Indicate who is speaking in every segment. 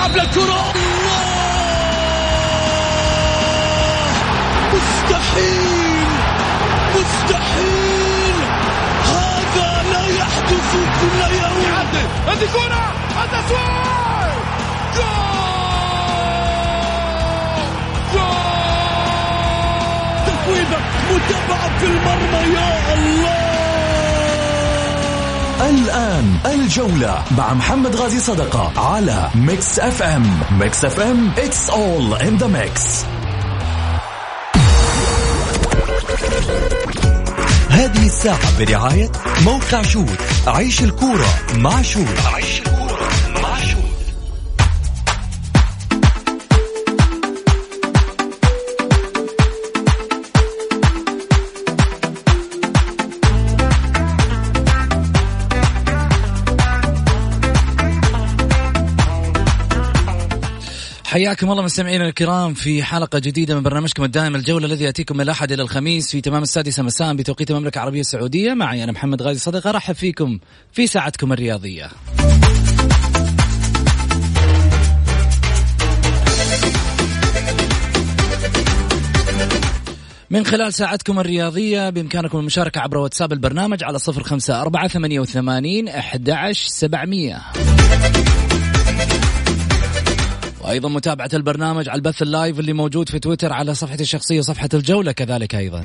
Speaker 1: يلعب للكرة، مستحيل مستحيل، هذا لا يحدث كل يوم.
Speaker 2: هذه كرة التسويق، جول
Speaker 1: تفويضة متابعة في المرمى، يا الله.
Speaker 3: الآن الجولة مع محمد غازي صدقة على ميكس اف ام. ميكس اف ام it's all in the mix. هذه الساعة برعاية موقع شوت. عيش الكورة مع شوت.
Speaker 4: حياكم الله مستمعينا الكرام في حلقة جديدة من برنامجكم الدائم الجولة، الذي يأتيكم من الأحد إلى الخميس في تمام 6 مساء بتوقيت المملكة العربية السعودية. معي أنا محمد غازي صدقة، رحب فيكم في ساعتكم الرياضية. من خلال ساعتكم الرياضية بإمكانكم المشاركة عبر واتساب البرنامج على 0548811700، وأيضا متابعة البرنامج على البث اللايف اللي موجود في تويتر على صفحتي الشخصية صفحة الجولة كذلك أيضا.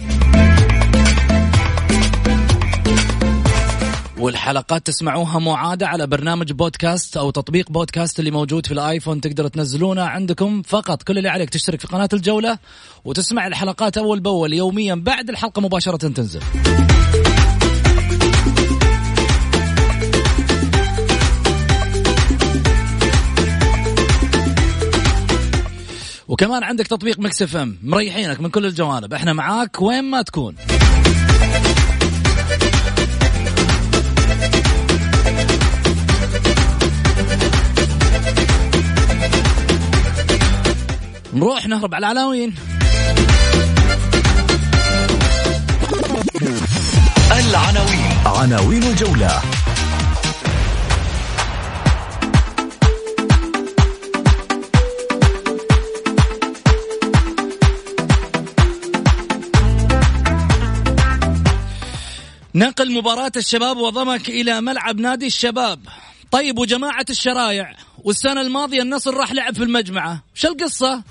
Speaker 4: والحلقات تسمعوها معادة على برنامج بودكاست أو تطبيق بودكاست اللي موجود في الآيفون، تقدروا تنزلونه عندكم. فقط كل اللي عليك تشترك في قناة الجولة وتسمع الحلقات أول بأول يوميا بعد الحلقة مباشرة تنزل. وكمان عندك تطبيق ميكس اف ام، مريحينك من كل الجوانب، احنا معاك وين ما تكون. نروح نهرب على العناوين.
Speaker 3: عناوين الجولة.
Speaker 4: نقل مباراة الشباب وضمك إلى ملعب نادي الشباب. طيب وجماعة الشرايع، والسنة الماضية النصر راح لعب في المجمعة، شو القصة؟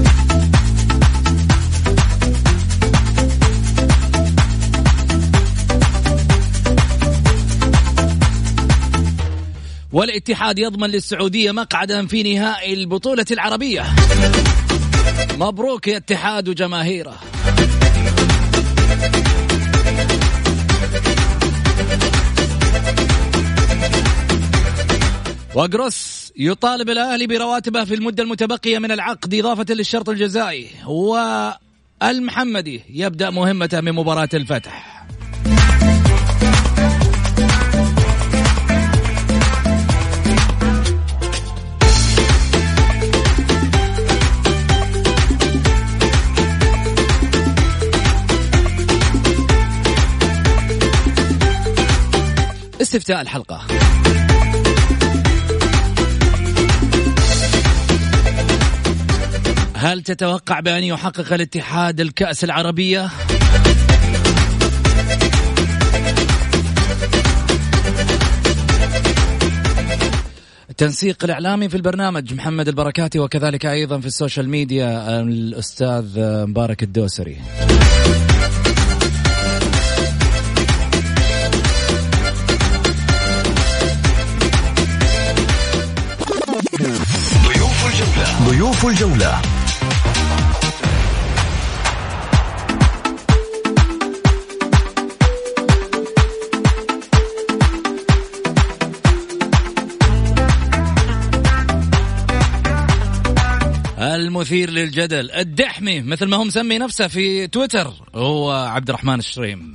Speaker 4: والاتحاد يضمن للسعودية مقعدا في نهائي البطولة العربية. مبروك يا اتحاد وجماهيره. وقرص يطالب الأهلي برواتبه في المدة المتبقية من العقد إضافة للشرط الجزائي. والمحمدي يبدأ مهمته من مباراة الفتح. استفتاء الحلقة: هل تتوقع بأن يحقق الاتحاد الكأس العربية؟ التنسيق الإعلامي في البرنامج محمد البركاتي، وكذلك أيضا في السوشيال ميديا الأستاذ مبارك الدوسري.
Speaker 3: ضيوف الجولة.
Speaker 4: المثير للجدل الدحمي مثل ما هو مسمي نفسه في تويتر هو عبد الرحمن الشريم،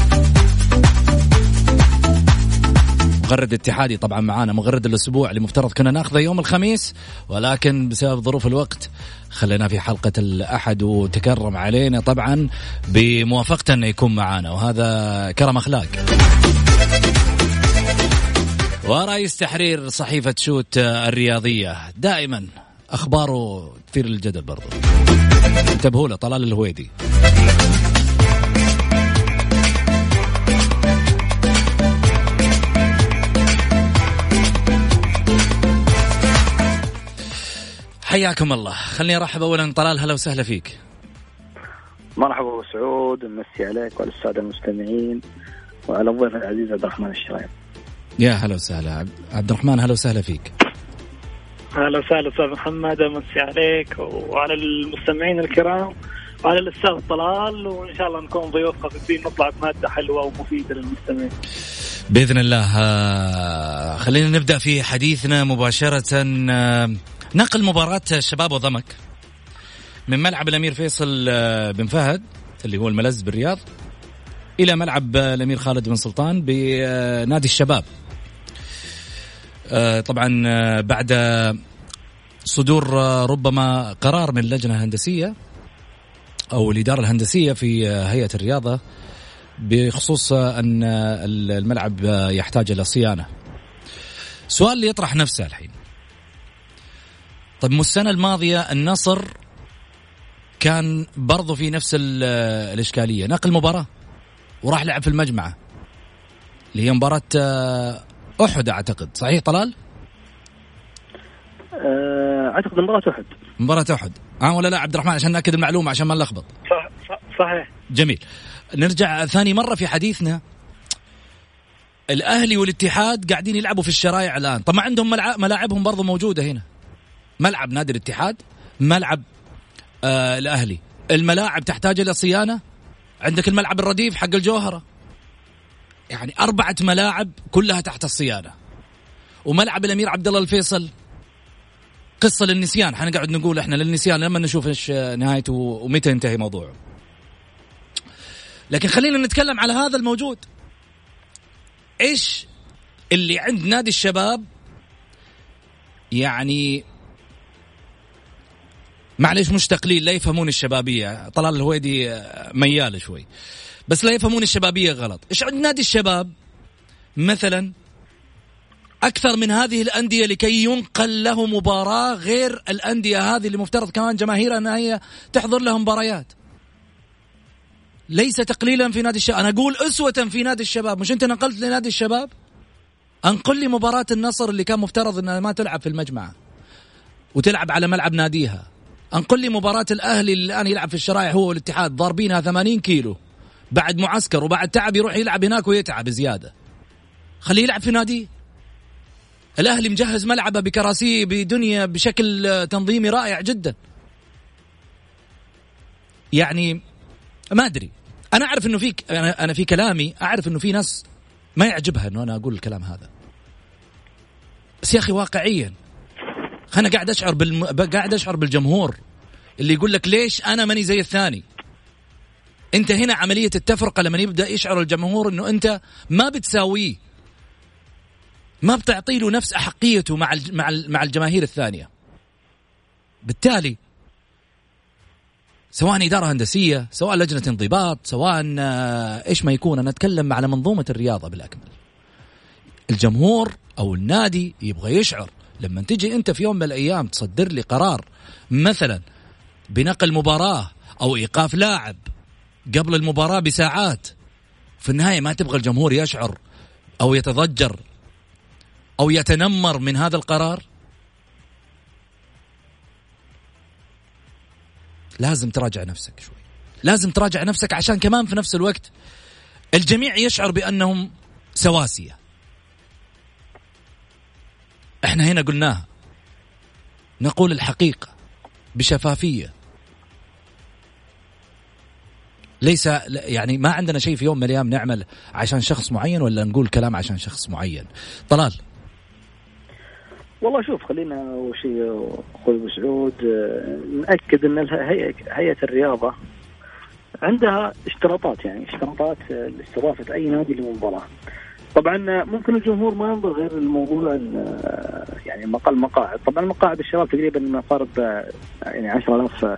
Speaker 4: مغرد اتحادي طبعا معانا، مغرد الأسبوع اللي مفترض كنا ناخذه يوم الخميس، ولكن بسبب ظروف الوقت خلينا في حلقة الأحد، وتكرم علينا طبعا بموافقته أنه يكون معانا، وهذا كرم أخلاق. ورئيس تحرير صحيفة شوت الرياضية، دائما أخباره تثير الجدل برضو. انتبهوا له، طلال الهويدي. حياكم الله. خلني أرحب أولا طلال، هلا وسهلا فيك.
Speaker 5: مرحبا أبو سعود، نمسي عليك وعلى السادة المستمعين وعلى الضيف العزيز عبد الرحمن الشرايم.
Speaker 4: يا هلا وسهلا عبد الرحمن، هلا وسهلا فيك.
Speaker 6: هلا وسهلا أستاذ محمد، أمسي عليك وعلى المستمعين الكرام وعلى الأستاذ طلال، وإن شاء الله نكون ضيوف خفيفين نطلع بمادة حلوة ومفيدة للمستمعين
Speaker 4: بإذن الله. خلينا نبدأ في حديثنا مباشرة. نقل مباراة الشباب وضمك من ملعب الأمير فيصل بن فهد اللي هو الملز بالرياض إلى ملعب الأمير خالد بن سلطان بنادي الشباب. طبعا بعد صدور ربما قرار من اللجنة الهندسية أو الإدارة الهندسية في هيئة الرياضة بخصوص أن الملعب يحتاج إلى صيانة. سؤال اللي يطرح نفسه الحين، طيب السنة الماضية النصر كان برضو في نفس الإشكالية، نقل مباراة وراح لعب في المجمعة اللي هي مباراة أحد، أعتقد صحيح طلال؟
Speaker 5: أعتقد مباراة أحد
Speaker 4: ولا لا عبد الرحمن، عشان نأكد المعلومة عشان ما نلخبط.
Speaker 6: صحيح.
Speaker 4: جميل. نرجع ثاني مرة في حديثنا. الأهلي والاتحاد قاعدين يلعبوا في الشرايع الآن، طبعا عندهم ملاعبهم برضو موجودة هنا، ملعب نادي الاتحاد، ملعب الأهلي. الملاعب تحتاج إلى صيانة. عندك الملعب الرديف حق الجوهرة، يعني 4 ملاعب كلها تحت الصيانة. وملعب الأمير عبد الله الفيصل قصة للنسيان، حنقعد نقول إحنا للنسيان لما نشوف إيش نهايته ومتى ينتهي موضوعه. لكن خلينا نتكلم على هذا الموجود. إيش اللي عند نادي الشباب؟ يعني معليش مش تقليل، لا يفهمون الشبابية، طلال الهويدي ميال شوي، بس لا يفهمون الشبابية غلط. إيش عند نادي الشباب مثلا أكثر من هذه الأندية لكي ينقل له مباراة غير الأندية هذه اللي مفترض كمان جماهيرها أنها هي تحضر لها مباريات؟ ليس تقليلا في نادي الشباب، أنا أقول أسوة في نادي الشباب. مش أنت نقلت لنادي الشباب؟ أنقل لي مباراة النصر اللي كان مفترض أنها ما تلعب في المجمعة وتلعب على ملعب ناديها. أنقل لي مباراة الأهلي اللي الآن يلعب في الشرايع هو والاتحاد، ضاربينها 80 كيلو بعد معسكر وبعد تعب، يروح يلعب هناك ويتعب زيادة. خليه يلعب في نادي. الأهلي مجهز ملعبه بكراسي بدنيا بشكل تنظيمي رائع جدا. يعني ما أدري، أنا أعرف إنه فيك، أنا في كلامي أعرف إنه في ناس ما يعجبها إنه أنا أقول الكلام هذا، بس يا أخي واقعيا أنا قاعد أشعر بالجمهور اللي يقول لك ليش أنا ماني زي الثاني. أنت هنا عملية التفرقة لما يبدأ يشعر الجمهور إنه أنت ما بتساويه، ما بتعطي له نفس أحقيته مع الجماهير الثانية. بالتالي سواء إدارة هندسية، سواء لجنة انضباط، سواء إيش ما يكون، أنا أتكلم على منظومة الرياضة بالأكمل. الجمهور أو النادي يبغى يشعر لما تيجي أنت في يوم من الأيام تصدر لي قرار مثلا بنقل مباراة أو إيقاف لاعب قبل المباراة بساعات، في النهاية ما تبغى الجمهور يشعر أو يتضجر أو يتنمر من هذا القرار. لازم تراجع نفسك شوي، لازم تراجع نفسك عشان كمان في نفس الوقت الجميع يشعر بأنهم سواسية. احنا هنا قلناها، نقول الحقيقة بشفافية، ليس يعني ما عندنا شيء في يوم من الأيام نعمل عشان شخص معين ولا نقول كلام عشان شخص معين. طلال
Speaker 5: والله شوف، خلينا أول شيء أخوي أبو سعود نأكد أن هيئة الرياضة عندها اشتراطات، يعني اشتراطات لاستضافة أي نادي لمباراة. طبعا ممكن الجمهور ما ينظر غير الموضوع يعني المقاعد. طبعا مقاعد الشباب تقريبا ما قارب يعني 10,000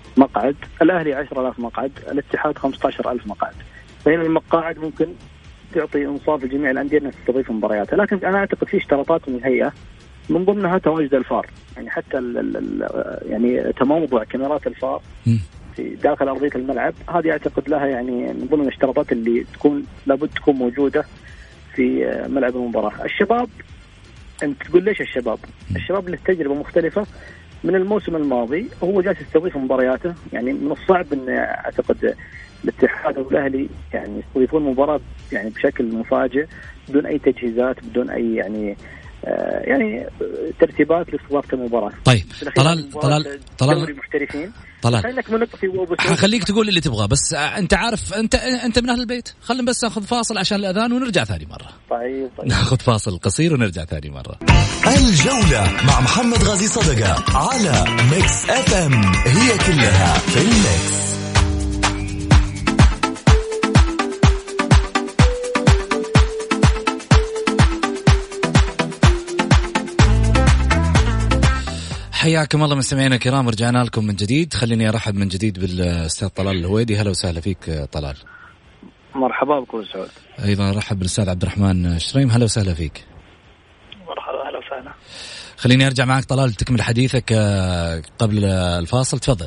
Speaker 5: مقعد، الأهلي 10,000 مقعد، الاتحاد 15,000 مقعد. فهنا المقاعد ممكن تعطي انصاف لجميع الانديه انها تستضيف مبارياتها، لكن انا اعتقد في اشتراطات من الهيئه من ضمنها تواجد الفار، يعني حتى يعني تموضع كاميرات الفار في داخل ارضيه الملعب، هذه اعتقد لها يعني من ضمن الاشتراطات اللي تكون لابد تكون موجوده في ملعب المباراه. الشباب، انت تقول ليش الشباب له تجربه مختلفه من الموسم الماضي، هو جالس يستضيف مبارياته، يعني من الصعب ان اعتقد الاتحاد والاهلي يعني يستضيفون مباراه يعني بشكل مفاجئ بدون اي تجهيزات، بدون اي يعني ترتيبات لاستضافه المباراه.
Speaker 4: طيب طلال
Speaker 5: محترفين،
Speaker 4: خليك تقول اللي تبغاه، بس انت عارف انت من اهل البيت. خلينا بس ناخذ فاصل عشان الاذان ونرجع ثاني مره.
Speaker 5: طيب
Speaker 4: ناخذ فاصل قصير ونرجع ثاني مره.
Speaker 3: الجولة مع محمد غازي صدقة على ميكس اف ام، هي كلها في الميكس.
Speaker 4: حياكم الله مستمعينا الكرام، رجعنا لكم من جديد. خليني ارحب من جديد بالاستاذ طلال الهويدي. هلا وسهلا فيك طلال.
Speaker 5: مرحبا بكم سعود.
Speaker 4: ايضا ارحب بالاستاذ عبد الرحمن شريم. هلا وسهلا فيك.
Speaker 6: مرحبا، هلا وسهلا.
Speaker 4: خليني ارجع معك طلال تكمل حديثك قبل الفاصل، تفضل.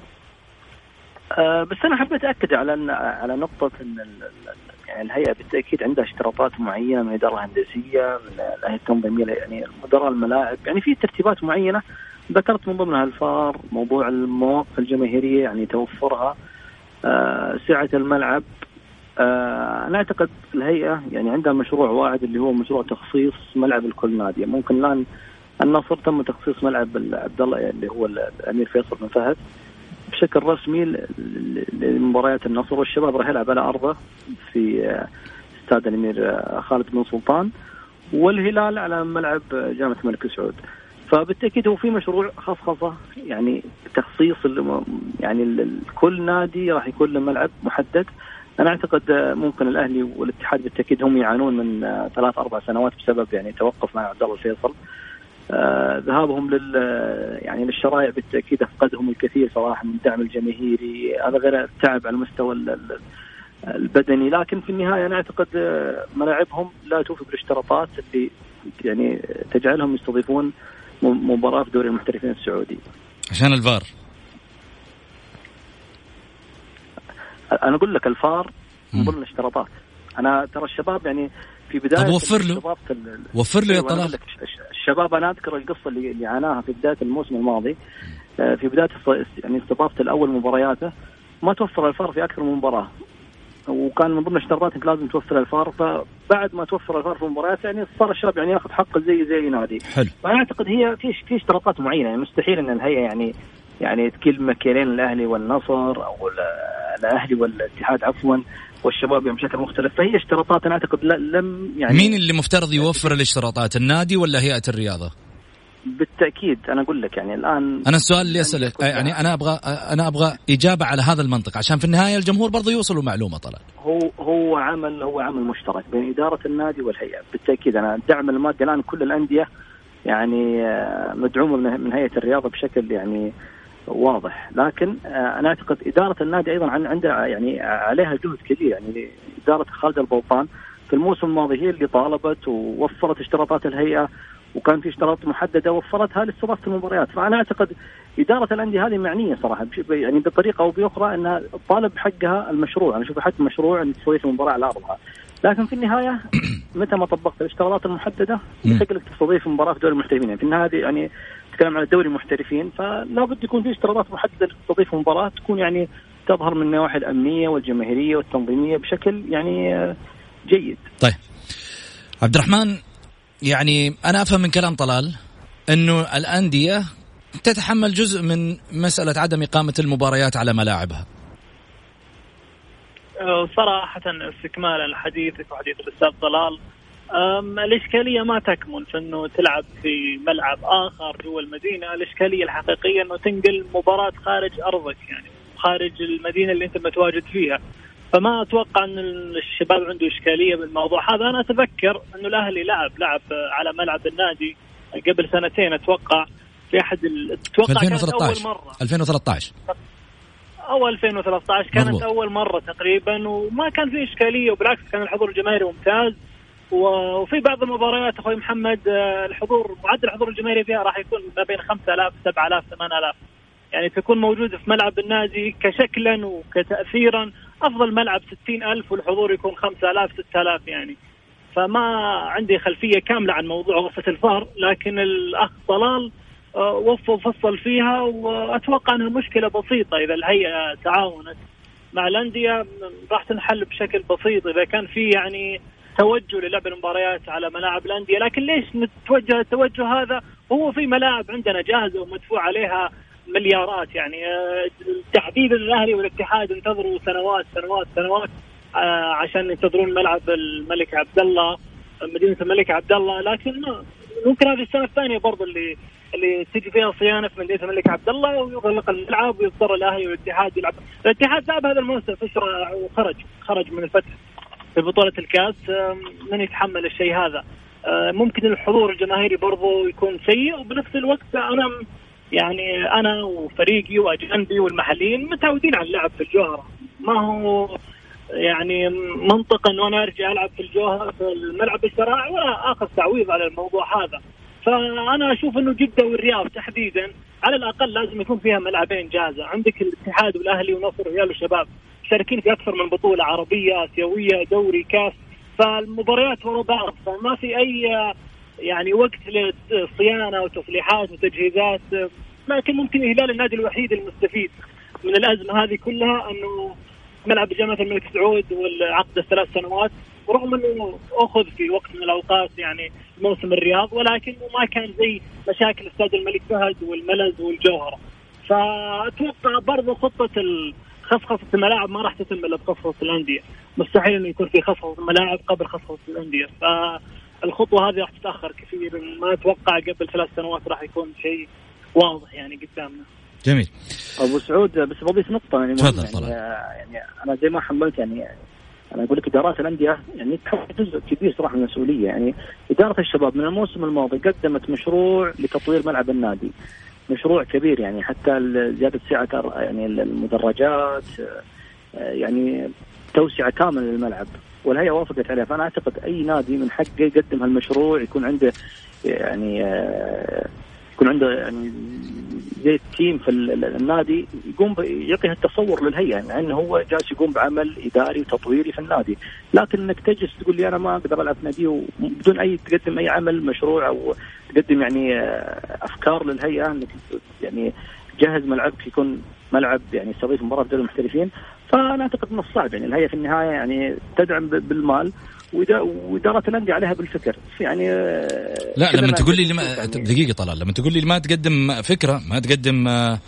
Speaker 5: بس انا حبيت اكد على نقطه ان يعني الهيئه بالتاكيد عندها اشتراطات معينه من الاداره الهندسيه، من الهيئه التنظيميه، يعني مدراء الملاعب، يعني في ترتيبات معينه ذكرت من ضمنها الفار، موضوع المواقف الجماهيريه يعني توفرها، سعه الملعب. انا اعتقد الهيئه يعني عندها مشروع واحد اللي هو مشروع تخصيص ملعب لكل نادي. ممكن الان النصر تم تخصيص ملعب عبد الله اللي هو الامير فيصل بن فهد بشكل رسمي لمباريات النصر، والشباب راح يلعب على أرضه في استاد الأمير خالد بن سلطان، والهلال على ملعب جامعة الملك سعود. فبالتأكيد هو في مشروع خاصة يعني تخصيص يعني كل نادي راح يكون له ملعب محدد. أنا أعتقد ممكن الأهلي والاتحاد بالتأكيد هم يعانون من 3-4 سنوات بسبب يعني توقف مع عبد الله الفيصل. ذهابهم يعني للشرائع بالتأكيد أفقدهم الكثير صراحة من الدعم الجماهيري، هذا غير التعب على المستوى البدني. لكن في النهاية أنا أعتقد ملاعبهم لا توفي بالاشتراطات اللي يعني تجعلهم يستضيفون مباراة في دوري المحترفين السعودي.
Speaker 4: عشان الفار،
Speaker 5: أنا أقول لك الفار من ضمن الاشتراطات. أنا ترى الشباب يعني في بداية
Speaker 4: وفر له يا طلال.
Speaker 5: الشباب أنا أذكر القصة اللي عاناها في بداية الموسم الماضي، في بداية يعني استضافة الأول مبارياته ما توفر الفار في أكثر من مباراة، وكان من ضمن الاشتراطات إنك لازم توفر الفار. فبعد ما توفر الفار في المباريات يعني صار الشباب يعني يأخذ حقه زي نادي.
Speaker 4: حلو.
Speaker 5: فأنا أعتقد هي في اشتراطات معينة، يعني مستحيل إن الهيئة يعني تكيل مكيالين الأهلي والنصر أو الأهلي والاتحاد عفوا والشباب بشكل مختلف. فهي اشتراطات أنا أعتقد لم يعني.
Speaker 4: مين اللي مفترض يوفر الاشتراطات، النادي ولا هيئة الرياضة؟
Speaker 5: بالتأكيد أنا أقول لك يعني الآن
Speaker 4: أنا السؤال اللي أسألك يعني أنا أبغى إجابة على هذا المنطق عشان في النهاية الجمهور برضه يوصلوا معلومة. طلال
Speaker 5: هو عمل مشترك بين إدارة النادي والهيئة. بالتأكيد أنا الدعم المادي الآن كل الأندية يعني مدعومة من هيئة الرياضة بشكل يعني واضح، لكن أنا أعتقد إدارة النادي أيضا عندها يعني عليها جهد كبير. يعني إدارة خالد البلطان في الموسم الماضي هي اللي طالبت ووفرت اشتراطات الهيئة، وكان في اشتراطات محددة وفرتها لاستضافة المباريات. فأنا أعتقد إدارة الأندية هذه معنية صراحة يعني بطريقة أو بأخرى أنها تطالب حقها المشروع. أنا أشوف حتى المشروع أن تسوي المباراة على أرضها، لكن في النهاية متى ما طبقت الاشتراطات المحددة يحق لك تستضيف مباراة في دوري المحترفين. في النهاية يعني تتكلم عن الدوري المحترفين، فلا بد يكون في اشتراطات محددة لتستضيف مباراة تكون يعني تظهر من النواحي الأمنية والجماهيرية والتنظيمية بشكل يعني جيد.
Speaker 4: طيب عبد الرحمن، يعني أنا أفهم من كلام طلال أنه الأندية تتحمل جزء من مسألة عدم إقامة المباريات على ملاعبها.
Speaker 6: صراحة استكمالا لحديثك وحديث الأستاذ طلال، الإشكالية ما تكمن في أنه تلعب في ملعب آخر جوا المدينة. الإشكالية الحقيقية أنه تنقل مباراة خارج أرضك، يعني خارج المدينة اللي أنت متواجد فيها. فما أتوقع أن الشباب عنده إشكالية بالموضوع هذا. أنا أتذكر أنه الأهلي لعب على ملعب النادي قبل سنتين، أتوقع في أحد
Speaker 4: أتوقع 2013 2013
Speaker 6: أو 2013 كانت
Speaker 4: مضبوط.
Speaker 6: أول مرة تقريبا، وما كان في إشكالية، وبالعكس كان الحضور الجماهيري ممتاز. وفي بعض المباريات أخوي محمد معدل الحضور الجماهيري فيها راح يكون ما بين 5000 7000 8000، يعني تكون موجودة في ملعب النادي كشكلا وكتأثيرا أفضل ملعب 60,000 والحضور يكون 5000 6000 يعني. فما عندي خلفية كاملة عن موضوع غرفة الفار، لكن الأخ طلال وفصل فيها، وأتوقع أنها مشكلة بسيطة. إذا الهيئة تعاونت مع الأندية راح تنحل بشكل بسيط، إذا كان في يعني توجه للعب المباريات على ملاعب الأندية. لكن ليش نتوجه التوجه هذا؟ هو في ملاعب عندنا جاهزة ومدفوع عليها مليارات، يعني تحديدا الأهلي والاتحاد انتظروا سنوات عشان ينتظرون ملعب الملك عبد الله، مدينة الملك عبد الله. لكن ممكن هذه السنة الثانية برضو اللي تجي فيها صيانة في مدينة الملك عبد الله ويغلق الملعب ويضطر الأهلي والاتحاد يلعب. الاتحاد ذهب هذا الموسم وخرج من الفتح في بطولة الكاس. من يتحمل الشيء هذا؟ ممكن الحضور الجماهيري برضو يكون سيء، وبنفس الوقت أنا وفريقي وأجنبي والمحليين متعودين على اللعب في الجوهرة. ما هو يعني منطقة أنه أنا أرجع ألعب في الجوهرة في الملعب الشراع ولا آخر تعويض على الموضوع هذا. فأنا أشوف أنه جدة والرياض تحديدا على الأقل لازم يكون فيها ملعبين جاهزة. عندك الاتحاد والأهلي ونصر والريال والشباب شاركين في أكثر من بطولة عربية آسيوية دوري كاس، فالمباريات ورا بعض، فما في أي يعني وقت للصيانة وتصليحات وتجهيزات. لكن ممكن الهلال النادي الوحيد المستفيد من الأزمة هذه كلها أنه ملعب جامعة الملك سعود والعقد 3 سنوات، ورغم أنه أخذ في وقت من الأوقات يعني موسم الرياض، ولكن ما كان زي مشاكل استاد الملك فهد والملز والجوهرة. فأتوقع برضو خطة خصخصة الملاعب ما راح تتم إلا بخصخصة الأندية، مستحيل إنه يكون في خصخصة الملاعب قبل خصخصة الأندية. فالخطوة هذه راح تتأخر كثير، ما أتوقع قبل 3 سنوات راح يكون شيء واضح يعني قدامنا.
Speaker 4: جميل
Speaker 5: أبو سعود، بس بضيف نقطة يعني يعني أنا زي ما حملت يعني أنا أقول لك إدارات الأندية يعني جزء كبير صراحة من المسؤولية. يعني إدارة الشباب من الموسم الماضي قدمت مشروع لتطوير ملعب النادي، مشروع كبير يعني حتى زيادة سعة يعني المدرجات، يعني توسعة كاملة للملعب، والهيئة وافقت عليها. فأنا أعتقد أي نادي من حقه يقدم هالمشروع، يكون عنده يعني زي التيم في النادي يقوم يعطيها التصور للهيئة يعني أنه هو جالس يقوم بعمل إداري وتطويري في النادي. لكن إنك تجلس تقول لي أنا ما أقدر ألعب في نادي بدون أي تقدم أي عمل مشروع أو تقدم يعني أفكار للهيئة إنك يعني جهز ملعبك يكون ملعب يعني يستضيف مباراة دوري المحترفين. فأنا أعتقد إنه صعب يعني الهيئة في النهاية يعني تدعم بالمال وإدارة الأندية عليها بالفكر يعني.
Speaker 4: لا لما تقول لي دقيقة طلال، لما تقول لي ما تقدم فكرة، ما تقدم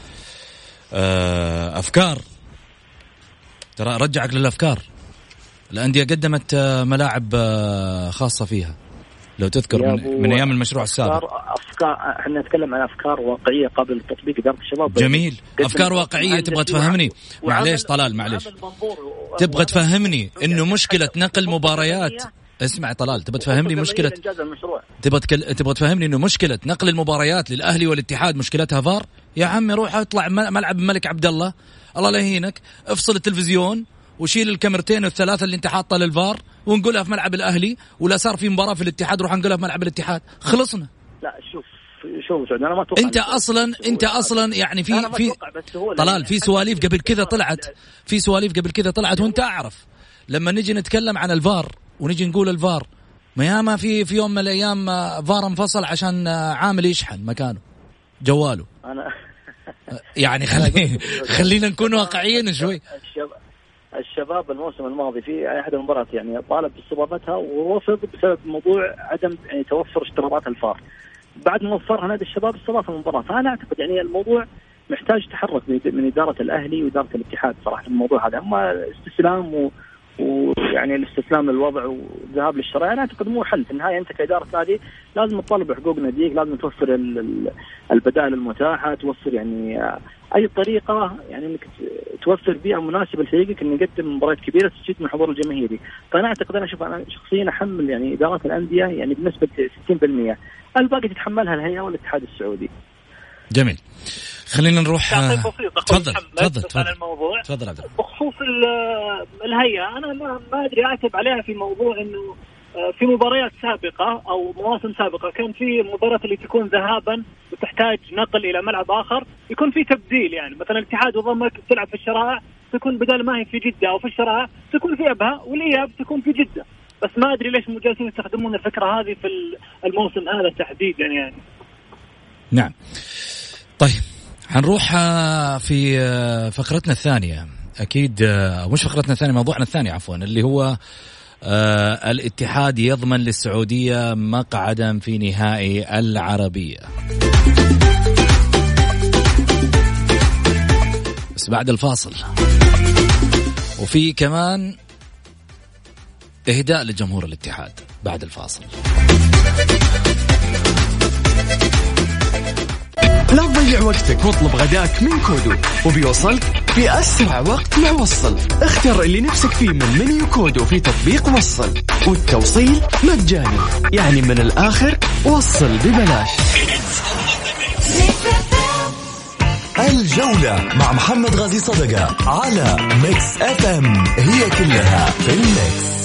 Speaker 4: أفكار، ترى رجعك للأفكار. الأندية قدمت ملاعب خاصة فيها لو تذكر من أيام المشروع السابق.
Speaker 5: احنا نتكلم عن أفكار واقعية قبل تطبيق إدارة الشباب.
Speaker 4: جميل، أفكار واقعية. تبغى تفهمني معليش طلال، معليش تبغى تفهمني إنه مشكلة نقل مباريات. اسمع طلال، تبغى تفهمني مشكلة، تبغى تفهمني إنه مشكلة نقل المباريات للأهلي والاتحاد مشكلتها فار؟ يا عمي روح اطلع ملعب الملك عبد الله لا يهينك، افصل التلفزيون وشيل الكاميرتين والثلاثة اللي انت حاطة للفار ونقولها في ملعب الأهلي، ولا صار في مباراة في الاتحاد روح نقولها في ملعب الاتحاد، خلصنا.
Speaker 5: لا شوف انا ما اتوقع.
Speaker 4: انت اصلا يعني في طلال في سواليف قبل كذا طلعت، في سواليف قبل كذا طلعت وانت اعرف. لما نجي نتكلم عن الفار ونجي نقول الفار، ما ياما في يوم من الايام فار انفصل عشان عامل يشحن مكانه جواله. يعني خلينا نكون واقعيين شوي.
Speaker 5: الشباب الموسم الماضي في أحد المباريات يعني طالب باستضافتها ورفض بسبب موضوع عدم يعني توفر اشتراطات الفار. بعد ما وفرها نادي الشباب استضاف المباراة. فأنا أعتقد يعني الموضوع محتاج تحرك من إدارة الأهلي وإدارة الاتحاد صراحة. الموضوع هذا أما استسلام ويعني الاستسلام للوضع والذهاب للشرائع أنا أعتقد مو حل. في النهاية أنت كإدارة نادي لازم تطالب بحقوق ناديك، لازم توفر البدائل المتاحة، توفر يعني أي طريقة يعني إنك توفر بيئة مناسبة لفريقك إنه يقدم مباريات كبيرة تستفيد من الحضور الجماهيري. فأنا أعتقد أنا شخصيا أحمل يعني إدارات الأندية يعني بنسبة 60%، الباقي تتحملها الهيئة والاتحاد السعودي.
Speaker 4: جميل. خلينا نروح.
Speaker 6: تفضل الموضوع
Speaker 4: تفضل عبد الرحمن.
Speaker 6: بخصوص الهيئة، أنا ما أدري أعتب عليها في موضوع إنه في مباريات سابقة أو مواسم سابقة كان في مباراة اللي تكون ذهابا وتحتاج نقل إلى ملعب آخر يكون في تبديل، يعني مثلا الاتحاد وضمك تلعب في الشرائع تكون بدل ما هي في جدة أو في الشرائع تكون في أبها، والإياب تكون في جدة. بس ما أدري ليش جالسين يستخدمون الفكرة هذه في الموسم هذا تحديدا يعني.
Speaker 4: نعم. طيب حنروح في فقرتنا الثانية، أكيد مش فقرتنا الثانية، موضوعنا الثاني عفوا، اللي هو الاتحاد يضمن للسعودية مقعدا في نهائي العربية. بس بعد الفاصل، وفي كمان إهداء لجمهور الاتحاد بعد الفاصل.
Speaker 3: لا تضيع وقتك واطلب غداك من كودو وبيوصلك في أسرع وقت مع وصل. اختر اللي نفسك فيه من منيو كودو في تطبيق وصل، والتوصيل مجاني، يعني من الآخر وصل ببلاش. الجولة مع محمد غازي صدقة على ميكس اف ام، هي كلها في الميكس.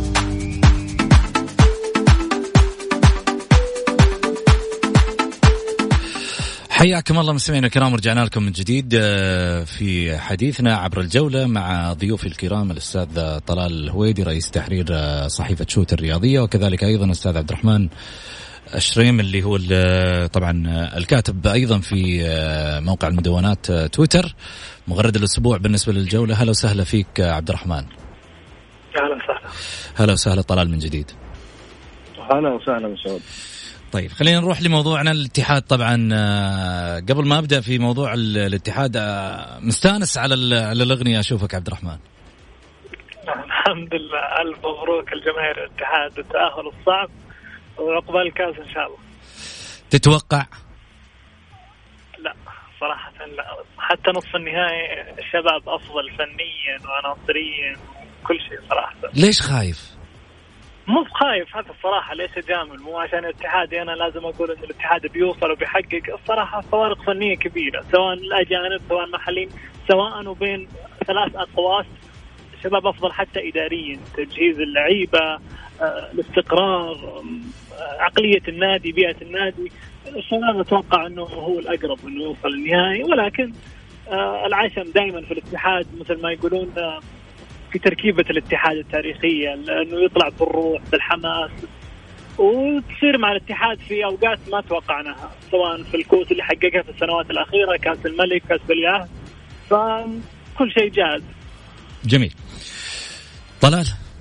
Speaker 4: حياكم الله مستمعينا الكرام، ورجعنا لكم من جديد في حديثنا عبر الجولة مع ضيوفي الكرام الأستاذ طلال الهويدي رئيس تحرير صحيفة شوت الرياضية، وكذلك أيضا الأستاذ عبد الرحمن الشريم اللي هو طبعا الكاتب أيضا في موقع المدونات تويتر، مغرد الأسبوع بالنسبة للجولة. هلا وسهلا فيك عبد الرحمن.
Speaker 6: أهلا وسهلا.
Speaker 4: هلا وسهلا طلال من جديد.
Speaker 5: أهلا وسهلا مسعود.
Speaker 4: طيب خلينا نروح لموضوعنا الاتحاد. طبعا قبل ما أبدأ في موضوع الاتحاد، مستانس على الأغنية أشوفك عبد الرحمن.
Speaker 6: الحمد لله، ألف مبروك الجماهير الاتحاد التأهل الصعب وعقبال الكاس إن شاء الله.
Speaker 4: تتوقع؟
Speaker 6: لا صراحة لا، حتى نصف النهائي الشباب أفضل فنيا وعناصريا وكل شيء صراحة.
Speaker 4: ليش خايف؟
Speaker 6: مو خايف، هذا الصراحة ليش أجامل، مو عشان الاتحاد أنا لازم أقول إن الاتحاد بيوصل وبيحقق. الصراحة فوارق فنية كبيرة سواء الأجانب سواء محلين سواء وبين ثلاث أقواس. شباب أفضل حتى إداريا، تجهيز اللعيبة، الاستقرار، عقلية النادي، بيئة النادي. الشباب أتوقع أنه هو الأقرب أنه يوصل النهائي، ولكن العشم دائما في الاتحاد مثل ما يقولون في تركيبة الاتحاد التاريخية، لأنه يطلع بالروح بالحماس، وتصير مع الاتحاد في أوقات ما توقعناها، سواء في الكؤوس اللي حققها في السنوات الأخيرة، كأس الملك، كأس العهد، فكل شيء جاهز.
Speaker 4: جميل. طلال،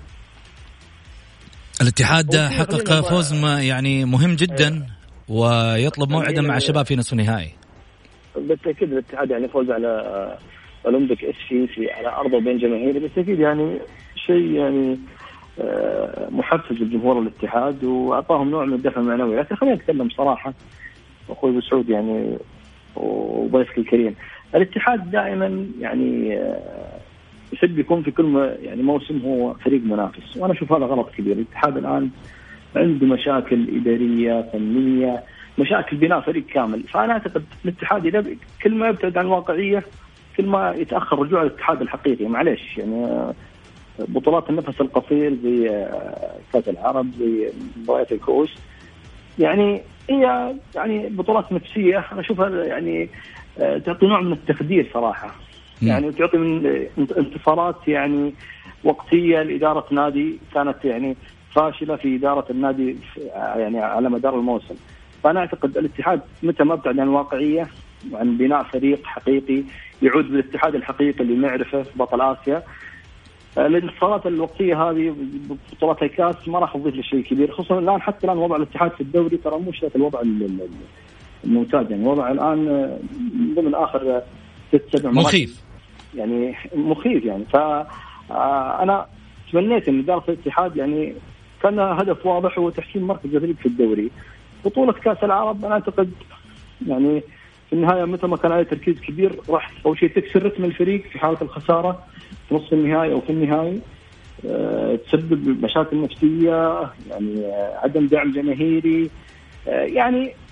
Speaker 4: الاتحاد حقق فوز يعني مهم جدا ويطلب موعدا مع الشباب في نصف النهائي.
Speaker 5: بالتأكيد الاتحاد يعني فوز على أولمبيك FC على أرضه بين جماهيره، بالتأكيد يعني شيء يعني محفز للجمهور الاتحاد وأعطاهم نوع من الدفع المعنوي. لكن خلينا نتكلم صراحة أخوي مسعود يعني وضيفك الكريم، الاتحاد دائما يعني يحب يكون في كل يعني موسم هو فريق منافس، وأنا أشوف هذا غلط كبير. الاتحاد الآن عنده مشاكل إدارية فنية، مشاكل بناء فريق كامل. فأنا أعتقد الاتحاد إذا كل ما يبتعد عن الواقعية كل ما يتأخر رجوع الاتحاد الحقيقي. معليش يعني بطولات النفس القصير زي كأس العرب زي مباريات الكؤوس يعني هي يعني بطولات نفسية، أنا أشوفها يعني تعطي نوع من التخدير صراحة، يعني تعطي من انتصارات يعني وقتية لإدارة نادي كانت يعني فاشلة في إدارة النادي يعني على مدار الموسم. فأنا أعتقد الاتحاد متى ما ابتعد عن الواقعية وعن بناء فريق حقيقي يعود بالاتحاد الحقيقي اللي نعرفه في بطل آسيا، الانتصارات الوقتية هذه بطولات الكاس ما راح تضيف لشيء كبير. خصوصا الآن حتى الآن وضع الاتحاد في الدوري ترى مش الوضع الممتاز، يعني وضع الآن ضمن آخر 6-7
Speaker 4: مخيف
Speaker 5: يعني مخيف يعني. فأنا تمنيت أن إدارة الاتحاد يعني كان هدف واضح هو تحسين مركز الفريق في الدوري. بطولة كأس العرب أنا أعتقد يعني في النهاية متى ما كان عليه تركيز كبير راح أول شيء تكسر رتم الفريق في حالة الخسارة في نصف النهائي أو في النهائي، تسبب مشاكل نفسية يعني عدم دعم جماهيري. يعني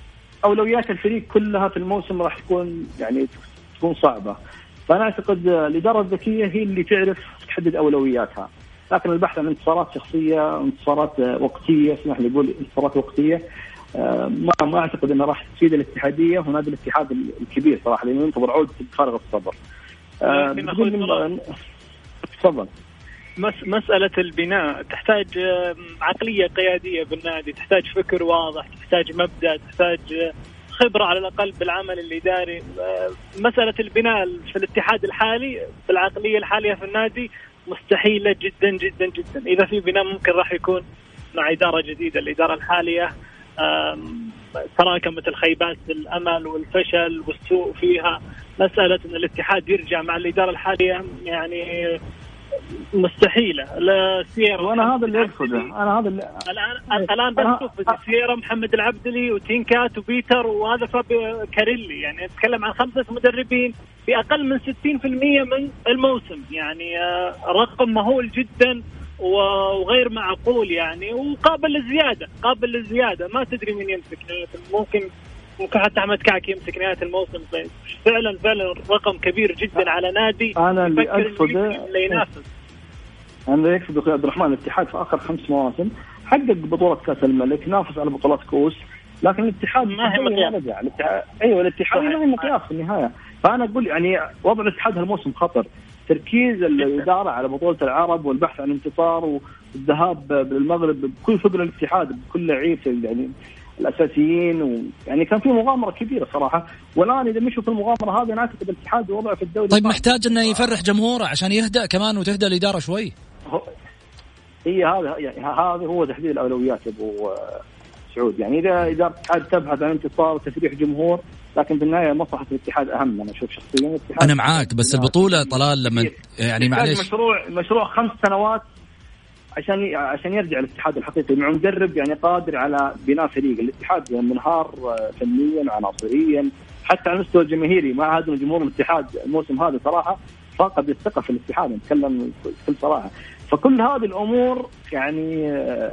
Speaker 5: أولويات الفريق كلها في الموسم راح تكون يعني تكون صعبة. فأنا أعتقد الإدارة الذكية هي اللي تعرف تحدد أولوياتها، لكن البحث عن انتصارات شخصية، انتصارات وقتية، اسمح لي أقول انتصارات وقتية، ما أعتقد أنها راح تفيد الاتحادية ونادي الاتحاد الكبير صراحة، لأنه ينتظر عودة فارغ الصبر. تفضل.
Speaker 6: مسألة البناء تحتاج عقلية قيادية بالنادي، تحتاج فكر واضح، تحتاج مبدأ، تحتاج خبرة على الأقل بالعمل الإداري. مسألة البناء في الاتحاد الحالي بالعقلية الحالية في النادي مستحيلة جدا جدا جدا. إذا في بناء ممكن راح يكون مع إدارة جديدة. الإدارة الحالية تراكمت الخيبات الأمل والفشل والسوء فيها. مسألة أن الاتحاد يرجع مع الإدارة الحالية يعني مستحيلة. لا سيرة،
Speaker 5: وانا هذا اللي اقصده. انا هذا اللي
Speaker 6: الان بشوف سيرة محمد العبدلي وتينكات وبيتر وهذا فابي كاريلي، يعني نتكلم عن 5 مدربين بأقل من 60% من الموسم، يعني رقم مهول جدا وغير معقول يعني، وقابل للزيادة، قابل للزيادة. ما تدري من يمسك، ممكن حتى أحمد كعك يمسك نهاية الموسم. فعلا رقم كبير جدا على نادي.
Speaker 5: أنا اللي أقصده
Speaker 6: اللي ينافس.
Speaker 5: أنا اللي أقصده عبد الرحمن، الاتحاد في آخر 5 مواسم حقق بطولة كأس الملك، نافس على بطولات كؤوس، لكن الاتحاد
Speaker 6: ما هي مقياس.
Speaker 5: أيوة الاتحاد ما هي مقياس في النهاية. فأنا أقول يعني وضع الاتحاد هالموسم خطر. تركيز الإدارة على بطولة العرب والبحث عن انتصار والذهاب بالمغرب بكل فقر الاتحاد بكل لعيبة يعني الأساسيين، ويعني كان في مغامرة كبيرة صراحة. والآن إذا مشوا في المغامرة هذه أنا أعتقد الاتحاد وضعه في الدوري.
Speaker 4: طيب محتاج إنه يفرح جمهوره عشان يهدأ كمان وتهدأ الإدارة شوي.
Speaker 5: هذا هو تحديد الأولويات يا أبو سعود. يعني إذا الاتحاد تبحث عن انتصار وتفريح جمهور، لكن في النهاية مصلحة الاتحاد أهم. أنا أشوف شخصيا الاتحاد.
Speaker 4: أنا معاك، بس البطولة طلال لما يعني معليش
Speaker 5: مشروع 5 سنوات عشان يرجع الاتحاد الحقيقي مع مدرب يعني قادر على بناء فريق. الاتحاد يعني منهار فنيا عناصريا حتى على المستوى الجماهيري. مع هذا جمهور الاتحاد الموسم هذا صراحة فاقد الثقة في الاتحاد، نتكلم بكل صراحة. فكل هذه الأمور يعني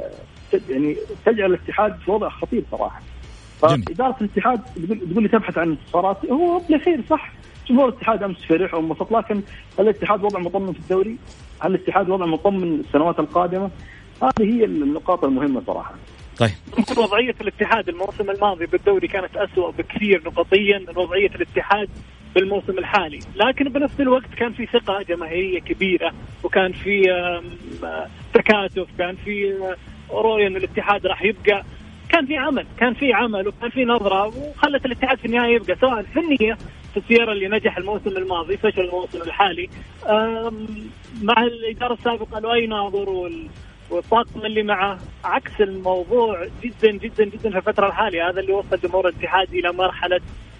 Speaker 5: تجعل الاتحاد في وضع خطير صراحة. فإدارة الاتحاد تقول لي تبحث عن انتصارات، هو بالخير صح. جمهور الاتحاد أمس فرح وانبسط، لكن هل الاتحاد وضع مطمن في الدوري؟ هل الاتحاد وضع مطمن السنوات القادمة؟ هذه هي النقاط المهمة صراحة.
Speaker 4: طيب
Speaker 6: ممكن وضعية الاتحاد الموسم الماضي بالدوري كانت أسوأ بكثير نقطيا من وضعية الاتحاد بالموسم الحالي، لكن بنفس الوقت كان في ثقة جماهيرية كبيرة، وكان في تكاتف، كان في رؤية أن الاتحاد راح يبقى. كان في عمل وكان في نظرة، وخلت الاتحاد في النهاية يبقى، سواء فنية في السيارة اللي نجح الموسم الماضي فشل الموسم الحالي. مع الإدارة السابقة له أي ناظر والطاقم اللي معه عكس الموضوع جدا جدا جدا في الفترة الحالية. هذا اللي وصل جمهور الاتحاد إلى مرحلة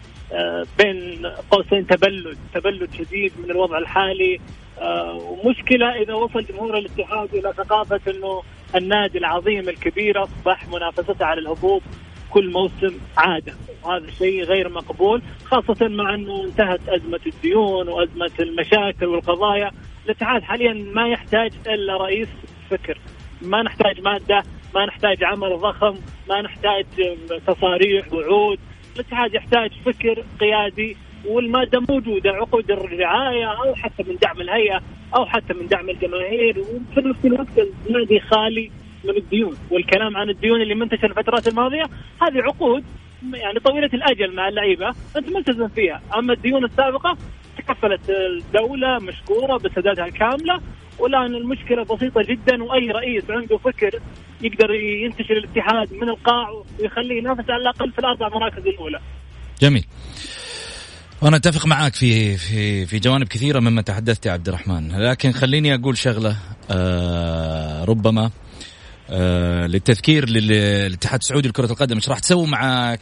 Speaker 6: بين قوسين تبلد شديد من الوضع الحالي. ومشكلة إذا وصل جمهور الاتحاد إلى ثقافة أنه النادي العظيم الكبير أصبح منافسته على الهبوط كل موسم عادة، وهذا شيء غير مقبول، خاصة مع أنه انتهت أزمة الديون وأزمة المشاكل والقضايا. الاتحاد حاليا ما يحتاج إلا رئيس فكر، ما نحتاج مادة، ما نحتاج عمل ضخم، ما نحتاج تصاريح وعود. الاتحاد يحتاج فكر قيادي، والمادة موجودة، عقود الرعاية أو حتى من دعم الهيئة أو حتى من دعم الجماهير. وفي نفس الوقت النادي خالي من الديون، والكلام عن الديون اللي منتشر الفترات الماضية هذه عقود يعني طويلة الأجل مع اللعيبة أنت ملتزم فيها. أما الديون السابقة تكفلت الدولة مشكورة بسدادها الكاملة، والآن المشكلة بسيطة جدا، وأي رئيس عنده فكر يقدر ينتشر الاتحاد من القاع ويخليه ينافس على الأقل في ال4 مراكز الأولى.
Speaker 4: جميل، وأنا أتفق معك في جوانب كثيرة مما تحدثت يا عبد الرحمن، لكن خليني أقول شغلة ربما للتذكير للاتحاد السعودي لكرة القدم. ايش راح تسوي مع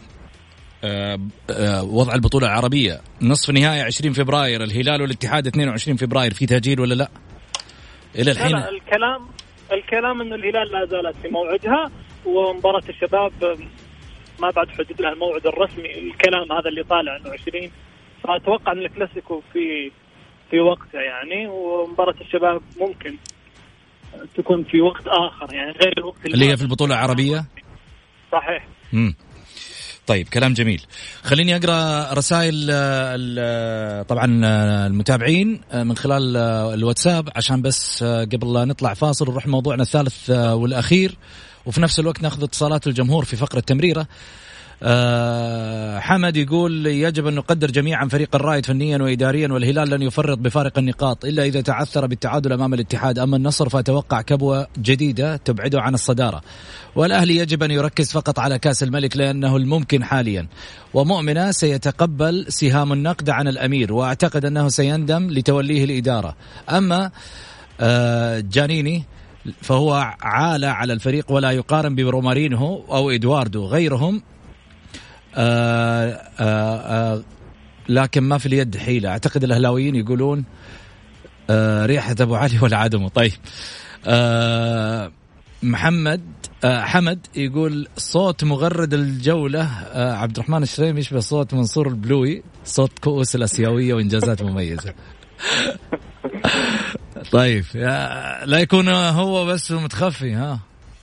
Speaker 4: وضع البطولة العربية؟ نصف نهائي 20 فبراير، الهلال والاتحاد 22 فبراير، في تأجيل ولا لا إلى الحين؟
Speaker 6: لا، الكلام إنه الهلال لا زالت في موعدها، ومباراة الشباب ما بعد حدد لها الموعد الرسمي. الكلام هذا اللي طالع إنه 20، فأتوقع أن الكلاسيكو في وقتها يعني، ومباراة الشباب ممكن تكون في وقت آخر يعني غير الوقت
Speaker 4: اللي هي في البطولة العربية.
Speaker 6: صحيح.
Speaker 4: طيب كلام جميل. خليني أقرأ رسائل طبعا المتابعين من خلال الواتساب عشان بس قبل لا نطلع فاصل ونروح موضوعنا الثالث والأخير، وفي نفس الوقت نأخذ اتصالات الجمهور في فقرة تمريرة. حمد يقول يجب أن نقدر جميعا فريق الرائد فنيا وإداريا، والهلال لن يفرط بفارق النقاط إلا إذا تعثر بالتعادل أمام الاتحاد. أما النصر فأتوقع كبوة جديدة تبعده عن الصدارة، والأهلي يجب أن يركز فقط على كأس الملك لأنه الممكن حاليا، ومؤمنة سيتقبل سهام النقد عن الأمير، وأعتقد أنه سيندم لتوليه الإدارة. أما جانيني فهو عالة على الفريق ولا يقارن برومارينهو أو إدواردو غيرهم، لكن ما في اليد حيلة. أعتقد الأهلاويين يقولون ريحة أبو علي ولا عدمه. طيب حمد يقول صوت مغرد الجولة عبد الرحمن الشريم يشبه صوت منصور البلوي، صوت كؤوس الأسيوية وإنجازات مميزة. طيب لا يكون هو بس متخفي ها.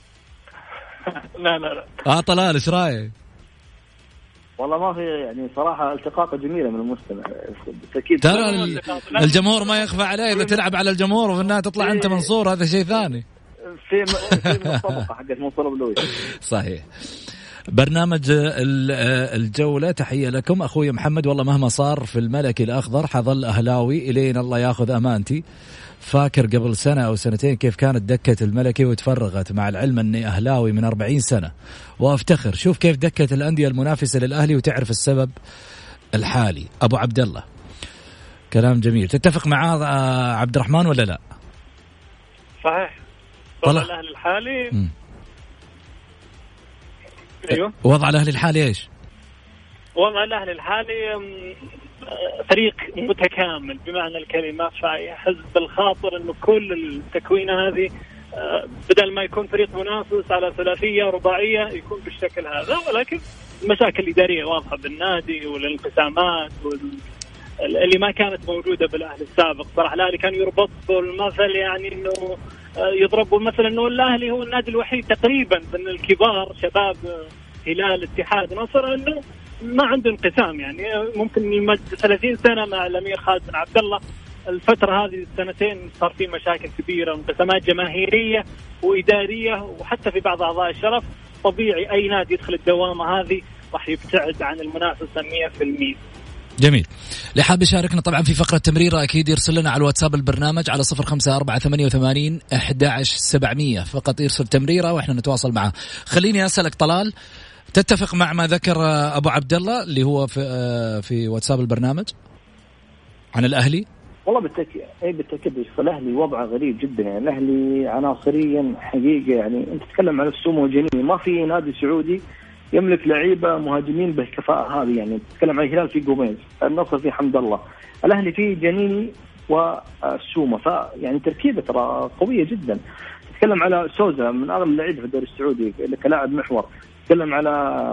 Speaker 6: لا
Speaker 4: طلال إيش رأيك؟
Speaker 5: والله ما في يعني صراحة التقاطة جميلة من المستمع بالتأكيد.
Speaker 4: ترى الجمهور ما يخفى عليه، إذا تلعب على الجمهور وفي النهاية تطلع أنت منصور هذا شيء ثاني.
Speaker 5: في مسابقة حقت منصور بلوي.
Speaker 4: صحيح. برنامج الجولة تحية لكم أخوي محمد. والله مهما صار في الملكي الأخضر حظل أهلاوي إلينا الله ياخذ أمانتي. فاكر قبل سنة أو سنتين كيف كانت دكة الملكي وتفرغت، مع العلم أني أهلاوي من 40 سنة وأفتخر. شوف كيف دكة الأندية المنافسة للأهلي وتعرف السبب الحالي. أبو عبد الله كلام جميل. تتفق معاه عبد الرحمن ولا لا؟
Speaker 6: صحيح. وضع الأهلي الحالي أيوه.
Speaker 4: وضع الأهلي الحالي إيش؟
Speaker 6: وضع الأهلي الحالي فريق متكامل بمعنى الكلمة، فيحس بالخاطر إنه كل التكوينة هذه بدل ما يكون فريق منافس على ثلاثية رباعية يكون بالشكل هذا، ولكن المشاكل الإدارية واضحة بالنادي والانقسامات اللي ما كانت موجودة بالأهلي السابق. صراحة الأهلي كان يربط بالمثل يعني إنه يضربوا مثلا إنه الأهلي هو النادي الوحيد تقريبا من الكبار شباب هلال اتحاد نصر إنه ما عنده انقسام. يعني ممكن يمد 30 سنة مع الأمير خالد بن عبد الله، الفترة هذه السنتين صار في مشاكل كبيرة وانقسامات جماهيرية وإدارية وحتى في بعض أعضاء الشرف. طبيعي أي نادي يدخل الدوامة هذه راح يبتعد عن المنافسة 100%.
Speaker 4: جميل. اللي حاب يشاركنا طبعا في فقرة تمريرة أكيد يرسل لنا على الواتساب البرنامج على 0548811700. فقط يرسل تمريرة وإحنا نتواصل معه. خليني أسألك طلال، تتفق مع ما ذكر أبو عبد الله اللي هو في واتساب البرنامج عن الأهلي؟
Speaker 5: والله بالتأكيد الأهلي وضعه غريب جدا. يعني الأهلي عناصريا حقيقة، يعني أنت تتكلم عن السومو وجنيني، ما في نادي سعودي يملك لعيبة مهاجمين بالكفاءة هذه. يعني تتكلم عن الهلال في جوميز، النصر في حمد الله، الأهلي في جنيني والسومو، فيعني تركيبة ترى قوية جدا. تتكلم على سوزا من أغلى اللعيبة في الدوري السعودي كلاعب محور. تتكلم على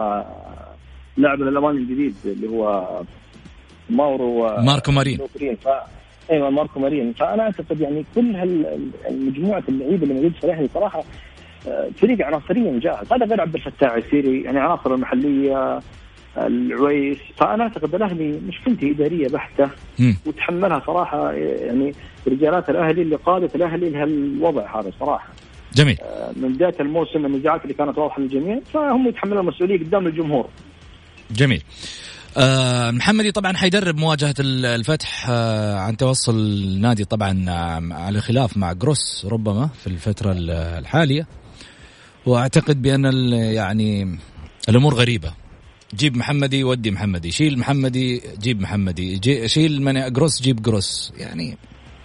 Speaker 5: لاعب الألماني الجديد اللي هو
Speaker 4: ماركو مارين.
Speaker 5: ايوه ماركو مارين. فانا اعتقد يعني كل هالمجموعه اللعيبه اللي موجوده في الاهلي صراحه فريق عناصريا جاهز. هذا غير عبد الفتاح السيري، يعني عناصر المحليه العويس. فانا اعتقد الاهلي مشكلته اداريه بحته وتحملها صراحه يعني رجالات الاهلي اللي قادت الاهلي لهالوضع هذا صراحه.
Speaker 4: جميل.
Speaker 5: من بدايه الموسم النزاعات اللي كانت واضحه للجميع، فهم يتحملوا المسؤوليه قدام الجمهور.
Speaker 4: جميل. محمدي طبعا حيدرب مواجهة الفتح عن توصل النادي طبعا على خلاف مع جروس ربما في الفترة الحالية، وأعتقد بأن يعني الأمور غريبة. جيب محمدي ودي محمدي، شيل محمدي جيب محمدي، شيل من جروس جيب جروس، يعني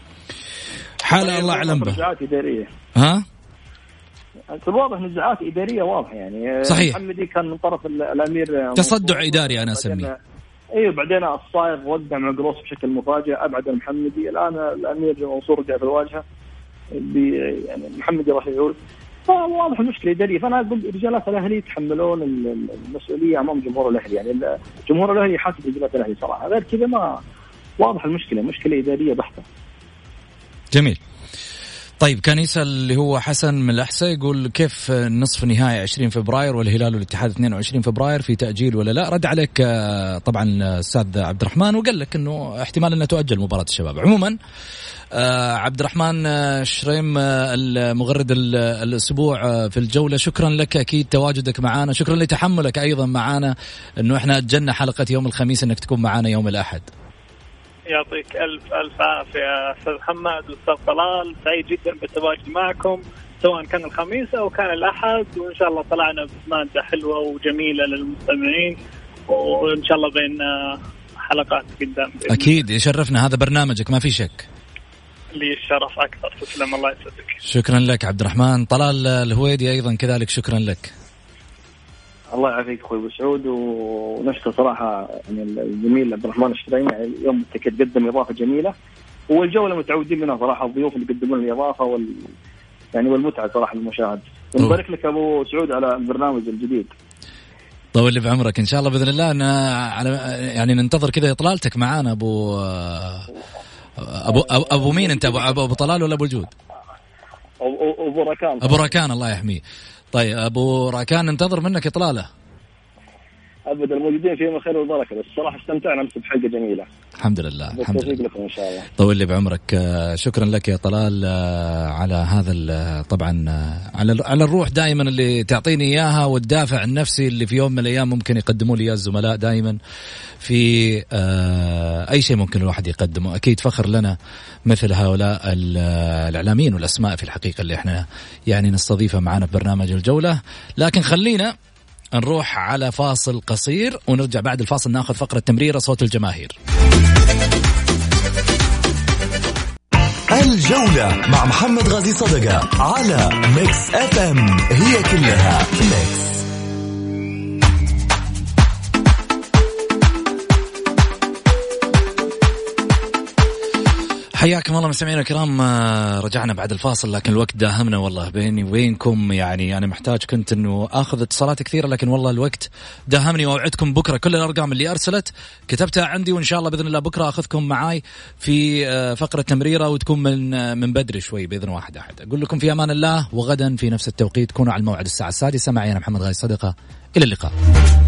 Speaker 4: حالة الله أعلم بها.
Speaker 5: نزاعات إدارية.
Speaker 4: ها؟
Speaker 5: الواضح نزاعات إدارية واضحة يعني.
Speaker 4: صحيح.
Speaker 5: محمدي كان من طرف الأمير
Speaker 4: تصدع إداري أنا أسميه.
Speaker 5: ايوه بعدين الصايغ وقع مع جروس بشكل مفاجئ، ابعد المحمدي. الان الامير منصور رجع في الواجهه يعني المحمدي راح يعود. فواضح المشكله اداريه. فانا اقول رجالات الاهلي يتحملون المسؤوليه امام جمهور الاهلي. يعني جمهور الاهلي يحاسب رجالات الاهلي صراحه، غير كذا ما واضح المشكله اداريه بحته.
Speaker 4: جميل. طيب كان يسأل اللي هو حسن من الأحساء يقول كيف نصف نهائي 20 فبراير والهلال والاتحاد 22 فبراير في تأجيل ولا لا؟ رد عليك طبعا الأستاذ عبد الرحمن وقال لك إنه احتمال أنها تؤجل مباراة الشباب. عموما عبد الرحمن شريم المغرد الأسبوع في الجولة، شكرا لك أكيد تواجدك معنا، شكرا لتحملك أيضا معنا إنه إحنا أجلنا حلقة يوم الخميس إنك تكون معنا يوم الأحد.
Speaker 6: يعطيك ألف عافية أستاذ محمد وأستاذ طلال، سعيد جدا بالتواجد معكم سواء كان الخميس أو كان الأحد، وإن شاء الله طلعنا بمادة حلوة وجميلة للمستمعين، وإن شاء الله بين حلقات قدام.
Speaker 4: أكيد يشرفنا، هذا برنامجك ما في شك.
Speaker 6: لي الشرف أكثر، تسلم الله يسعدك.
Speaker 4: شكرا لك عبد الرحمن. طلال الهويدي أيضا كذلك شكرا لك.
Speaker 5: الله يعافيك أخوي أبو سعود، ونشكر صراحة يعني الزميل عبد الرحمن الشريمي يوم التكت قدم إضافة جميلة، والجولة متعودين منها صراحة، الضيوف اللي يقدمون الإضافة يعني والمتعة صراحة للمشاهد. ونبارك لك أبو سعود على البرنامج الجديد.
Speaker 4: طول لي بعمرك إن شاء الله بإذن الله. على يعني ننتظر كذا إطلالتك معانا أبو مين أنت؟ أبو طلال ولا أبو الجود؟
Speaker 5: أبو راكان.
Speaker 4: أبو راكان الله يحميه. طيب أبو راكان ننتظر منك إطلالة.
Speaker 5: أبدا الموجودين فيهم الخير والبركة، بس الصراحة استمتعنا أمس بحلقة جميلة.
Speaker 4: الحمد لله. الحمد لله
Speaker 5: لكم إن شاء الله.
Speaker 4: طول لي بعمرك. شكرا لك يا طلال على هذا طبعا على الروح دائما اللي تعطيني إياها، والدافع النفسي اللي في يوم من الأيام ممكن يقدموا لي الزملاء دائما في أي شيء ممكن الواحد يقدمه. أكيد فخر لنا مثل هؤلاء الإعلاميين والأسماء في الحقيقة اللي احنا يعني نستضيفها معنا في برنامج الجولة. لكن خلينا نروح على فاصل قصير ونرجع بعد الفاصل ناخذ فقرة تمريرة صوت الجماهير.
Speaker 7: الجولة مع محمد غازي صدقة على ميكس اف ام، هي كلها ميكس.
Speaker 4: حياكم الله مستمعينا الكرام. رجعنا بعد الفاصل، لكن الوقت داهمنا والله بيني وبينكم. يعني أنا محتاج كنت أنه أخذ اتصالات كثيرة، لكن والله الوقت داهمني. وأوعدكم بكرة كل الأرقام اللي أرسلت كتبتها عندي، وإن شاء الله بإذن الله بكرة أخذكم معاي في فقرة تمريرة، وتكون من بدري شوي بإذن واحد أحد. أقول لكم في أمان الله، وغدا في نفس التوقيت كونوا على الموعد الساعة 6 معي أنا محمد غازي صدقة. إلى اللقاء.